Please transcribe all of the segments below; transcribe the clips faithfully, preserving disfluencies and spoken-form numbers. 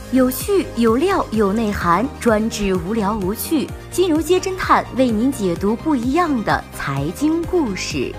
有趣有料有内涵，专治无聊无趣。金融街侦探为您解读不一样的财经故事。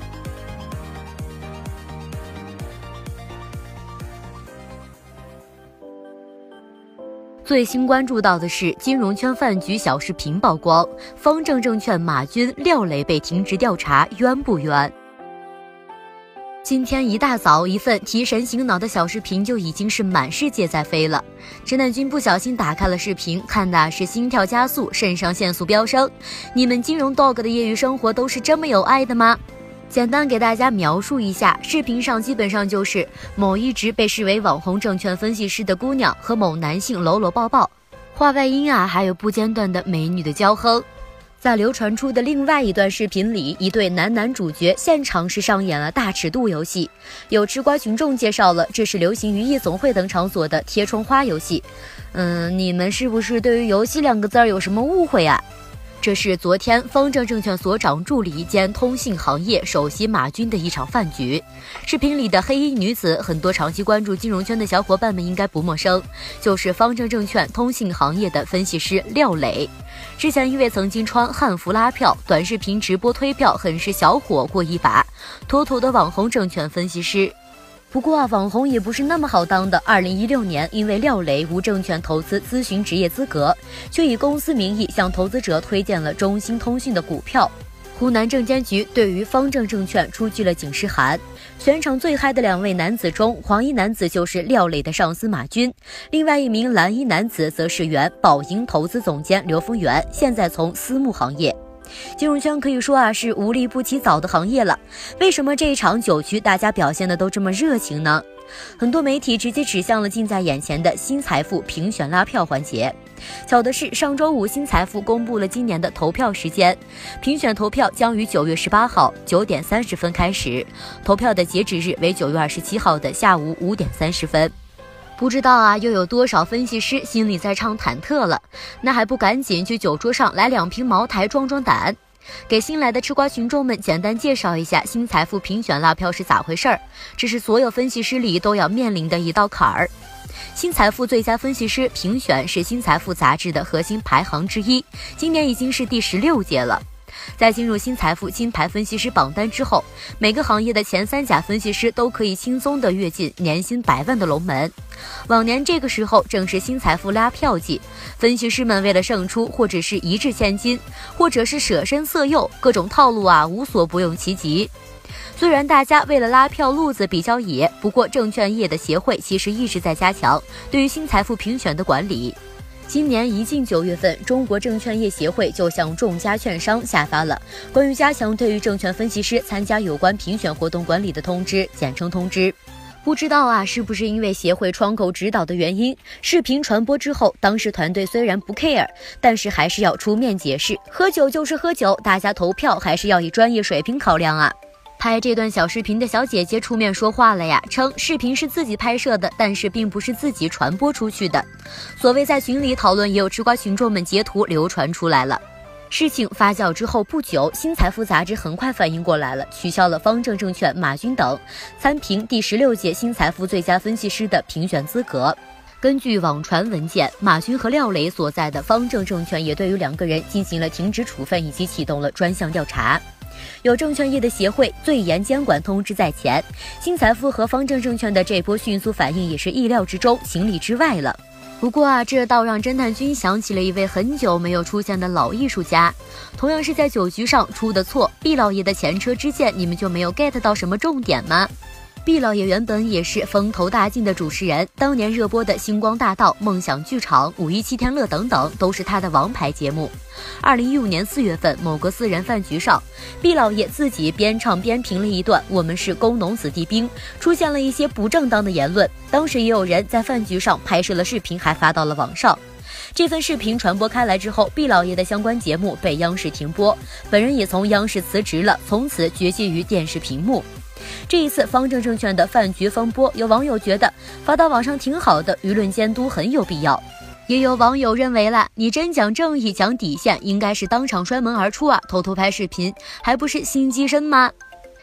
最新关注到的是金融圈饭局小视频曝光，方正证券马军、廖磊被停职调查，冤不冤？今天一大早，一份提神醒脑的小视频就已经是满世界在飞了。侦探君不小心打开了视频，看的是心跳加速，肾上腺素飙升。你们金融 dog 的业余生活都是这么有爱的吗？简单给大家描述一下，视频上基本上就是某一直被视为网红证券分析师的姑娘和某男性搂搂抱抱，话外音啊还有不间断的美女的娇哼。在流传出的另外一段视频里，一对男男主角现场是上演了大尺度游戏。有吃瓜群众介绍了，这是流行于夜总会等场所的贴窗花游戏。嗯，你们是不是对于游戏两个字儿有什么误会啊？这是昨天方正证券所长助理兼通信行业首席马军的一场饭局。视频里的黑衣女子，很多长期关注金融圈的小伙伴们应该不陌生，就是方正证券通信行业的分析师廖磊。之前因为曾经穿汉服拉票、短视频直播推票很是小火过一把，妥妥的网红证券分析师。不过啊，网红也不是那么好当的。二零一六年，因为廖磊无证券投资咨询职业资格，却以公司名义向投资者推荐了中兴通讯的股票。湖南证监局对于方正证券出具了警示函。全场最嗨的两位男子中，黄衣男子就是廖磊的上司马军，另外一名蓝衣男子则是原宝盈投资总监刘丰源，现在从私募行业。金融圈可以说啊是无利不起早的行业了。为什么这一场酒局大家表现的都这么热情呢？很多媒体直接指向了近在眼前的新财富评选拉票环节。巧的是，上周五新财富公布了今年的投票时间，评选投票将于九月十八号九点三十分开始，投票的截止日为九月二十七号的下午五点三十分。不知道啊，又有多少分析师心里在唱忐忑了？那还不赶紧去酒桌上来两瓶茅台壮壮胆？给新来的吃瓜群众们简单介绍一下新财富评选拉票是咋回事儿，这是所有分析师里都要面临的一道坎儿。新财富最佳分析师评选是新财富杂志的核心排行之一，今年已经是第十六届了。在进入新财富金牌分析师榜单之后，每个行业的前三甲分析师都可以轻松地跃进年薪百万的龙门。往年这个时候正是新财富拉票季，分析师们为了胜出，或者是一掷千金，或者是舍身色诱，各种套路啊无所不用其极。虽然大家为了拉票路子比较野，不过证券业的协会其实一直在加强对于新财富评选的管理。今年一进九月份，中国证券业协会就向众家券商下发了关于加强对于证券分析师参加有关评选活动管理的通知，简称通知。不知道啊，是不是因为协会窗口指导的原因，视频传播之后，当时团队虽然不 care， 但是还是要出面解释，喝酒就是喝酒，大家投票还是要以专业水平考量啊。拍这段小视频的小姐姐出面说话了呀，称视频是自己拍摄的，但是并不是自己传播出去的。所谓在群里讨论，也有吃瓜群众们截图流传出来了。事情发酵之后不久，新财富杂志很快反应过来了，取消了方正证券、马军等参评第十六届新财富最佳分析师的评选资格。根据网传文件，马军和廖磊所在的方正证券也对于两个人进行了停职处分，以及启动了专项调查。有证券业的协会最严监管通知在前，新财富和方正证券的这波迅速反应也是意料之中、情理之外了。不过啊，这倒让侦探君想起了一位很久没有出现的老艺术家，同样是在酒局上出的错。毕老爷的前车之鉴，你们就没有 get 到什么重点吗？毕老爷原本也是风头大劲的主持人，当年热播的《星光大道》、梦想剧场、五一七天乐等等都是他的王牌节目。二零一五年四月份，某个私人饭局上，毕老爷自己边唱边评了一段我们是工农子弟兵，出现了一些不正当的言论。当时也有人在饭局上拍摄了视频，还发到了网上。这份视频传播开来之后，毕老爷的相关节目被央视停播，本人也从央视辞职了，从此绝迹于电视屏幕。这一次方正证券的饭局风波，有网友觉得发到网上挺好的，舆论监督很有必要。也有网友认为了，你真讲正义讲底线，应该是当场摔门而出啊，偷偷拍视频还不是心机深吗？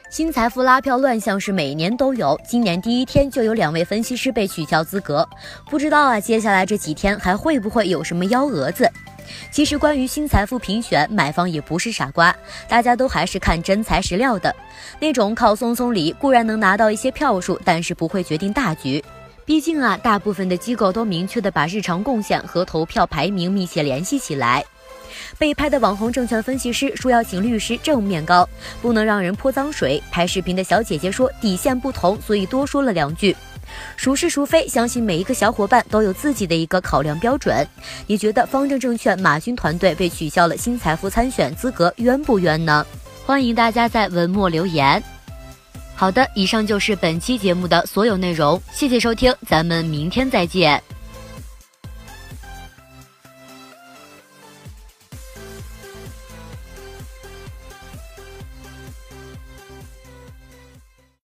新财富拉票乱象是每年都有，今年第一天就有两位分析师被取消资格，不知道啊，接下来这几天还会不会有什么幺蛾子？其实关于新财富评选，买方也不是傻瓜，大家都还是看真材实料的。那种靠松松礼固然能拿到一些票数，但是不会决定大局。毕竟啊，大部分的机构都明确的把日常贡献和投票排名密切联系起来。被拍的网红证券分析师说要请律师正面告，不能让人泼脏水。拍视频的小姐姐说底线不同，所以多说了两句。孰是孰非，相信每一个小伙伴都有自己的一个考量标准。你觉得方正证券马军团队被取消了新财富参选资格冤不冤呢？欢迎大家在文末留言。好的，以上就是本期节目的所有内容，谢谢收听，咱们明天再见。